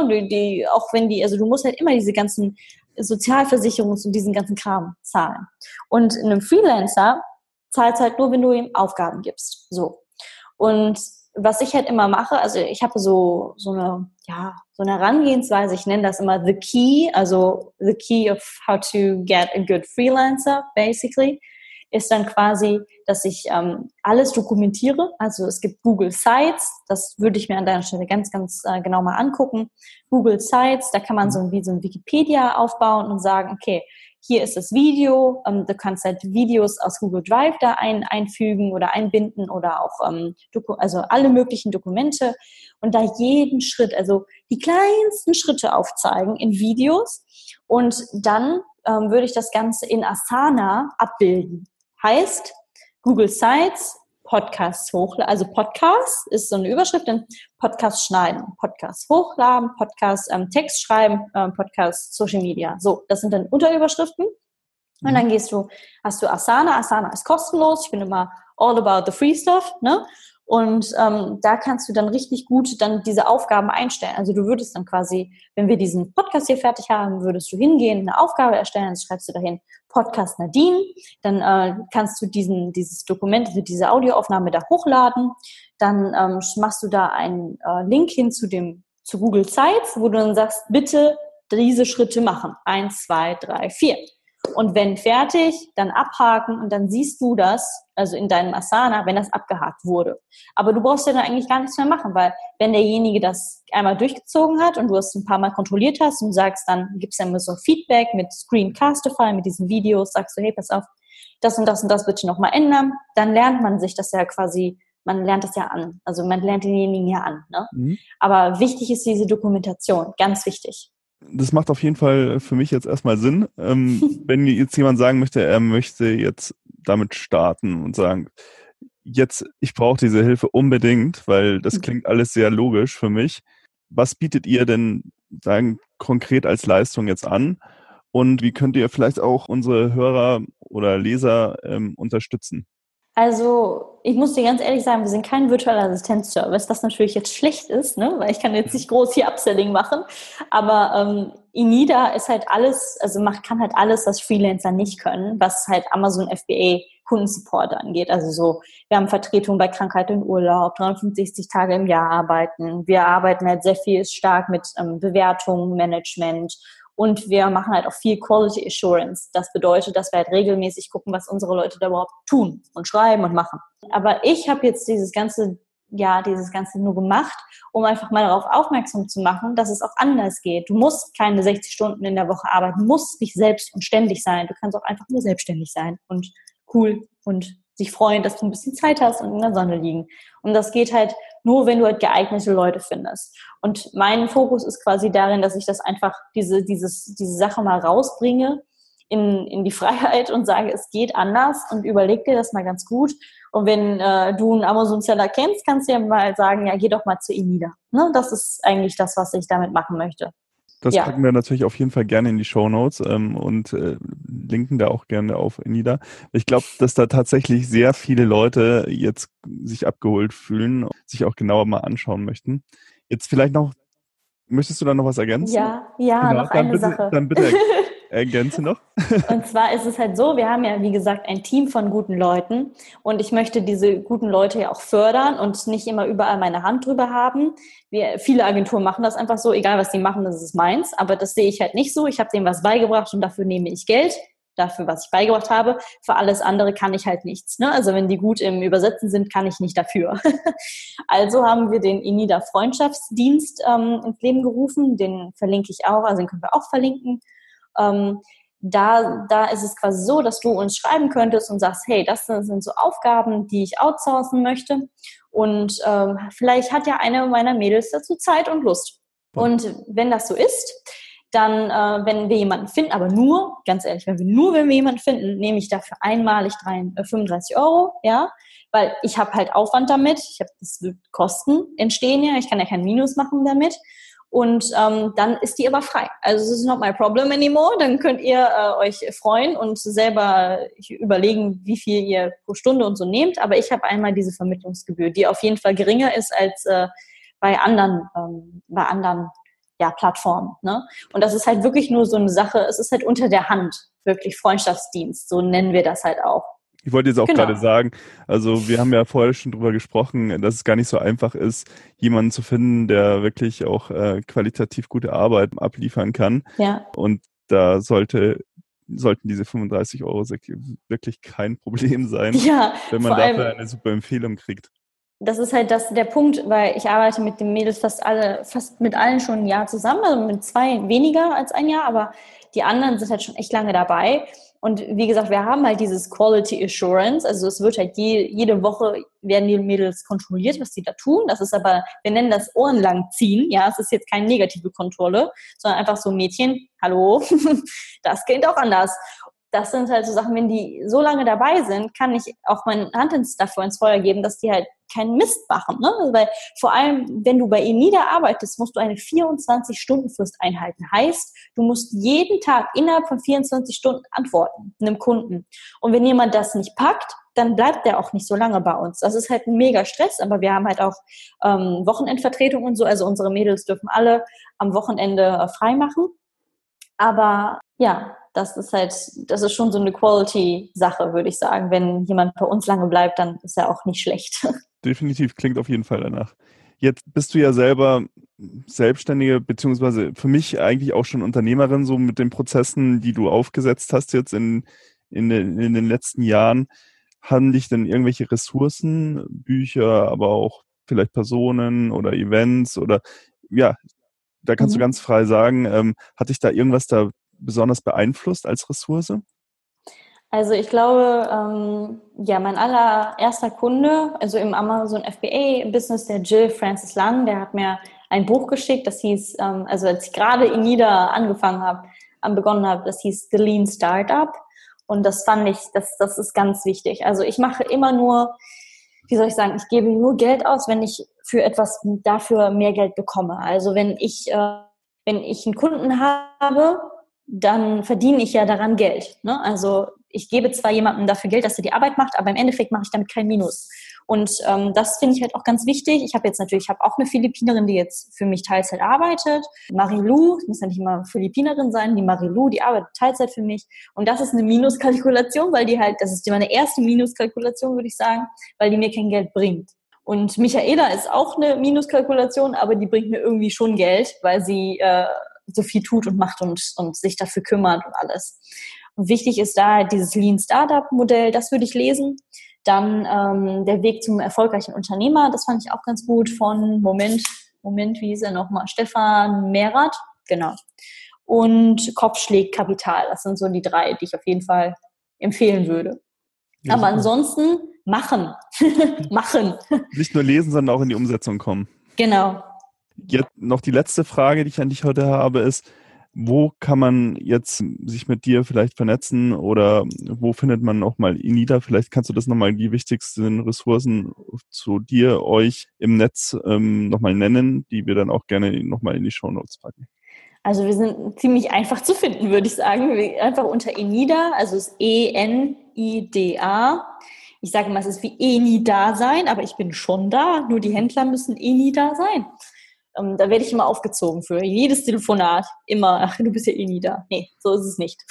Du musst halt immer diese ganzen Sozialversicherungs- und diesen ganzen Kram zahlen. Und in einem Freelancer zahlst halt nur, wenn du ihm Aufgaben gibst. So. Und was ich halt immer mache, also ich habe so eine Herangehensweise, ich nenne das immer the key, also the key of how to get a good freelancer, basically, ist dann quasi, dass ich alles dokumentiere. Also es gibt Google Sites, das würde ich mir an deiner Stelle ganz, ganz genau mal angucken. Google Sites, da kann man so ein Wikipedia aufbauen und sagen, okay, hier ist das Video, du kannst halt Videos aus Google Drive da einfügen oder einbinden oder auch also alle möglichen Dokumente und da jeden Schritt, also die kleinsten Schritte aufzeigen in Videos und dann würde ich das Ganze in Asana abbilden. Heißt, Google Sites, Podcasts hochladen, also Podcast ist so eine Überschrift, dann Podcast schneiden, Podcast hochladen, Podcast Text schreiben, Podcast Social Media. So, das sind dann Unterüberschriften. Und dann hast du Asana. Asana ist kostenlos. Ich bin immer all about the free stuff, ne? Und da kannst du dann richtig gut dann diese Aufgaben einstellen. Also du würdest dann quasi, wenn wir diesen Podcast hier fertig haben, würdest du hingehen, eine Aufgabe erstellen, dann schreibst du dahin Podcast Nadine, dann kannst du dieses Dokument, also diese Audioaufnahme da hochladen, dann machst du da einen Link hin zu Google Sites, wo du dann sagst, bitte diese Schritte machen. 1, 2, 3, 4. Und wenn fertig, dann abhaken und dann siehst du das, also in deinem Asana, wenn das abgehakt wurde. Aber du brauchst ja dann eigentlich gar nichts mehr machen, weil wenn derjenige das einmal durchgezogen hat und du es ein paar Mal kontrolliert hast und sagst, dann gibst du immer so Feedback mit Screencastify, mit diesen Videos, sagst du, hey, pass auf, das und das und das bitte nochmal ändern, dann lernt man sich das ja quasi, man lernt das ja an. Also man lernt denjenigen ja an. Ne? Mhm. Aber wichtig ist diese Dokumentation, ganz wichtig. Das macht auf jeden Fall für mich jetzt erstmal Sinn. Wenn jetzt jemand sagen möchte, er möchte jetzt damit starten und sagen, ich brauche diese Hilfe unbedingt, weil das klingt alles sehr logisch für mich. Was bietet ihr denn konkret als Leistung jetzt an? Und wie könnt ihr vielleicht auch unsere Hörer oder Leser unterstützen? Also, ich muss dir ganz ehrlich sagen, wir sind kein virtueller Assistenzservice, was natürlich jetzt schlecht ist, ne? Weil ich kann jetzt nicht groß hier Upselling machen. Aber Enida ist halt alles, also kann halt alles, was Freelancer nicht können, was halt Amazon FBA Kundensupport angeht. Also so, wir haben Vertretung bei Krankheit und Urlaub, 365 Tage im Jahr arbeiten. Wir arbeiten halt sehr viel stark mit Bewertung, Management Und wir machen halt auch viel Quality Assurance. Das bedeutet, dass wir halt regelmäßig gucken, was unsere Leute da überhaupt tun und schreiben und machen. Aber ich habe jetzt dieses Ganze nur gemacht, um einfach mal darauf aufmerksam zu machen, dass es auch anders geht. Du musst keine 60 Stunden in der Woche arbeiten, du musst nicht selbst und ständig sein. Du kannst auch einfach nur selbstständig sein und cool und sich freuen, dass du ein bisschen Zeit hast und in der Sonne liegen. Und das geht halt nur, wenn du halt geeignete Leute findest. Und mein Fokus ist quasi darin, dass ich das einfach, diese Sache mal rausbringe in die Freiheit und sage, es geht anders und überleg dir das mal ganz gut. Und wenn du einen Amazon-Seller kennst, kannst du ja mal sagen, ja, geh doch mal zu Enida. Ne? Das ist eigentlich das, was ich damit machen möchte. Das packen wir natürlich auf jeden Fall gerne in die Shownotes und linken da auch gerne auf Enida. Ich glaube, dass da tatsächlich sehr viele Leute jetzt sich abgeholt fühlen, sich auch genauer mal anschauen möchten. Jetzt vielleicht noch, möchtest du da noch was ergänzen? Ja, Genau, noch eine Sache. Dann bitte ergänze noch. Und zwar ist es halt so, wir haben ja, wie gesagt, ein Team von guten Leuten und ich möchte diese guten Leute ja auch fördern und nicht immer überall meine Hand drüber haben. Viele Agenturen machen das einfach so, egal was die machen, das ist meins, aber das sehe ich halt nicht so. Ich habe denen was beigebracht und dafür nehme ich Geld, dafür, was ich beigebracht habe. Für alles andere kann ich halt nichts. Ne? Also wenn die gut im Übersetzen sind, kann ich nicht dafür. Also haben wir den Enida Freundschaftsdienst ins Leben gerufen, den verlinke ich auch, also den können wir auch verlinken. Da ist es quasi so, dass du uns schreiben könntest und sagst, hey, das sind so Aufgaben, die ich outsourcen möchte und vielleicht hat ja eine meiner Mädels dazu Zeit und Lust. Und wenn das so ist, dann, wenn wir jemanden finden, aber nur, ganz ehrlich, wenn wir jemanden finden, nehme ich dafür einmalig 35 €, ja, weil ich habe halt Aufwand damit, das wird Kosten entstehen ja, ich kann ja kein Minus machen damit. Und dann ist die aber frei. Also es ist not my problem anymore. Dann könnt ihr euch freuen und selber überlegen, wie viel ihr pro Stunde und so nehmt. Aber ich habe einmal diese Vermittlungsgebühr, die auf jeden Fall geringer ist als bei anderen Plattformen. Ne? Und das ist halt wirklich nur so eine Sache. Es ist halt unter der Hand, wirklich Freundschaftsdienst. So nennen wir das halt auch. Ich wollte jetzt auch gerade sagen, also wir haben ja vorher schon drüber gesprochen, dass es gar nicht so einfach ist, jemanden zu finden, der wirklich auch qualitativ gute Arbeit abliefern kann. Ja. Und da sollten diese 35 € wirklich kein Problem sein, wenn man dafür eine super Empfehlung kriegt. Das ist halt der Punkt, weil ich arbeite mit den Mädels fast mit allen schon ein Jahr zusammen, also mit 2 weniger als ein Jahr, aber die anderen sind halt schon echt lange dabei. Und wie gesagt, wir haben halt dieses Quality Assurance, also es wird halt jede Woche werden die Mädels kontrolliert, was die da tun. Das ist aber, wir nennen das ohrenlang ziehen, ja, es ist jetzt keine negative Kontrolle, sondern einfach so Mädchen, hallo, das geht auch anders. Das sind halt so Sachen, wenn die so lange dabei sind, kann ich auch meine Hand dafür ins Feuer geben, dass die halt keinen Mist machen. Ne? Weil vor allem, wenn du bei Enida arbeitest, musst du eine 24-Stunden-Frist einhalten. Heißt, du musst jeden Tag innerhalb von 24 Stunden antworten einem Kunden. Und wenn jemand das nicht packt, dann bleibt der auch nicht so lange bei uns. Das ist halt ein mega Stress, aber wir haben halt auch Wochenendvertretung und so. Also unsere Mädels dürfen alle am Wochenende frei machen. Aber ja, das ist schon so eine Quality-Sache, würde ich sagen. Wenn jemand bei uns lange bleibt, dann ist er auch nicht schlecht. Definitiv, klingt auf jeden Fall danach. Jetzt bist du ja selber Selbstständige, beziehungsweise für mich eigentlich auch schon Unternehmerin, so mit den Prozessen, die du aufgesetzt hast jetzt in den letzten Jahren. Haben dich denn irgendwelche Ressourcen, Bücher, aber auch vielleicht Personen oder Events oder ja, da kannst du ganz frei sagen, hat dich da irgendwas da besonders beeinflusst als Ressource? Also ich glaube, mein allererster Kunde, also im Amazon FBA-Business, der Jill Francis Lang, der hat mir ein Buch geschickt, das hieß, also als ich gerade Enida begonnen habe, das hieß The Lean Startup. Und das fand ich, das ist ganz wichtig. Also ich mache immer nur, wie soll ich sagen, ich gebe nur Geld aus, wenn ich für etwas dafür mehr Geld bekomme. Also wenn ich einen Kunden habe, dann verdiene ich ja daran Geld. Ne? Also ich gebe zwar jemandem dafür Geld, dass er die Arbeit macht, aber im Endeffekt mache ich damit kein Minus. Und das finde ich halt auch ganz wichtig. Ich habe auch eine Philippinerin, die jetzt für mich Teilzeit arbeitet. Marilou, muss ja nicht immer Philippinerin sein, die Marilou, die arbeitet Teilzeit für mich. Und das ist eine Minuskalkulation, weil das ist meine erste Minuskalkulation, würde ich sagen, weil die mir kein Geld bringt. Und Michaela ist auch eine Minuskalkulation, aber die bringt mir irgendwie schon Geld, weil sie so viel tut und macht und sich dafür kümmert und alles. Und wichtig ist da dieses Lean Startup Modell, das würde ich lesen. Dann der Weg zum erfolgreichen Unternehmer, das fand ich auch ganz gut von, Moment, wie hieß er nochmal? Stefan Mehrath, genau. Und Kopf schlägt Kapital, das sind so die 3, die ich auf jeden Fall empfehlen würde. Ja, aber ansonsten machen. Machen. Nicht nur lesen, sondern auch in die Umsetzung kommen. Genau. Jetzt noch die letzte Frage, die ich an dich heute habe, ist, wo kann man jetzt sich mit dir vielleicht vernetzen oder wo findet man auch mal Enida? Vielleicht kannst du das nochmal, die wichtigsten Ressourcen zu dir, euch im Netz nochmal nennen, die wir dann auch gerne nochmal in die Shownotes packen. Also wir sind ziemlich einfach zu finden, würde ich sagen. Einfach unter Enida, also es ist ENIDA. Ich sage mal, es ist wie Enida sein, aber ich bin schon da. Nur die Händler müssen Enida sein. Da werde ich immer aufgezogen für jedes Telefonat. Immer, ach, du bist ja Enida. Nee, so ist es nicht.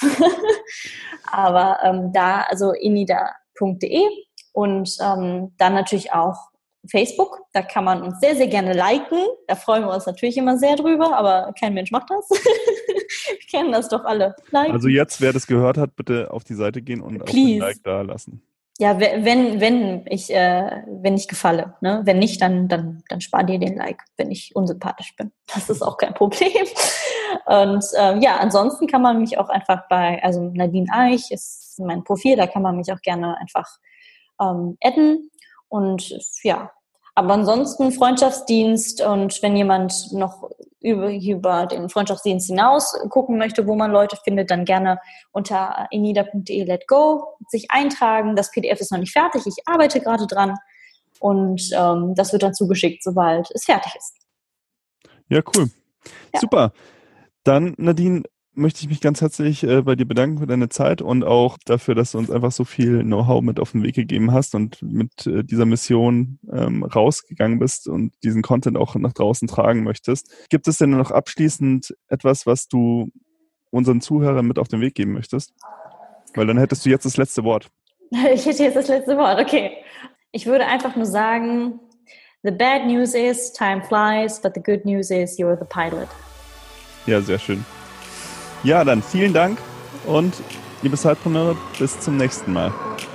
Aber da, also enida.de und dann natürlich auch Facebook, da kann man uns sehr, sehr gerne liken. Da freuen wir uns natürlich immer sehr drüber, aber kein Mensch macht das. Wir kennen das doch alle. Liken. Also jetzt, wer das gehört hat, bitte auf die Seite gehen und auch ein Like da lassen. Ja, wenn ich gefalle. Ne? Wenn nicht, dann spar dir den Like, wenn ich unsympathisch bin. Das ist auch kein Problem. Und ansonsten kann man mich auch einfach also Nadine Eich ist mein Profil, da kann man mich auch gerne einfach adden. Und ja, aber ansonsten Freundschaftsdienst und wenn jemand noch über den Freundschaftsdienst hinaus gucken möchte, wo man Leute findet, dann gerne unter enida.de let go sich eintragen. Das PDF ist noch nicht fertig, ich arbeite gerade dran und das wird dann zugeschickt, sobald es fertig ist. Ja, cool. Ja. Super. Dann, Nadine, möchte ich mich ganz herzlich bei dir bedanken für deine Zeit und auch dafür, dass du uns einfach so viel Know-how mit auf den Weg gegeben hast und mit dieser Mission rausgegangen bist und diesen Content auch nach draußen tragen möchtest. Gibt es denn noch abschließend etwas, was du unseren Zuhörern mit auf den Weg geben möchtest? Weil dann hättest du jetzt das letzte Wort. Ich hätte jetzt das letzte Wort, okay. Ich würde einfach nur sagen, the bad news is time flies, but the good news is you're the pilot. Ja, sehr schön. Ja, dann vielen Dank und liebe Sidepreneure, bis zum nächsten Mal.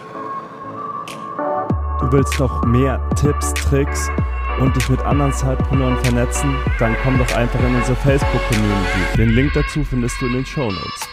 Du willst noch mehr Tipps, Tricks und dich mit anderen Sidepreneuren vernetzen? Dann komm doch einfach in unsere Facebook-Community. Den Link dazu findest du in den Shownotes.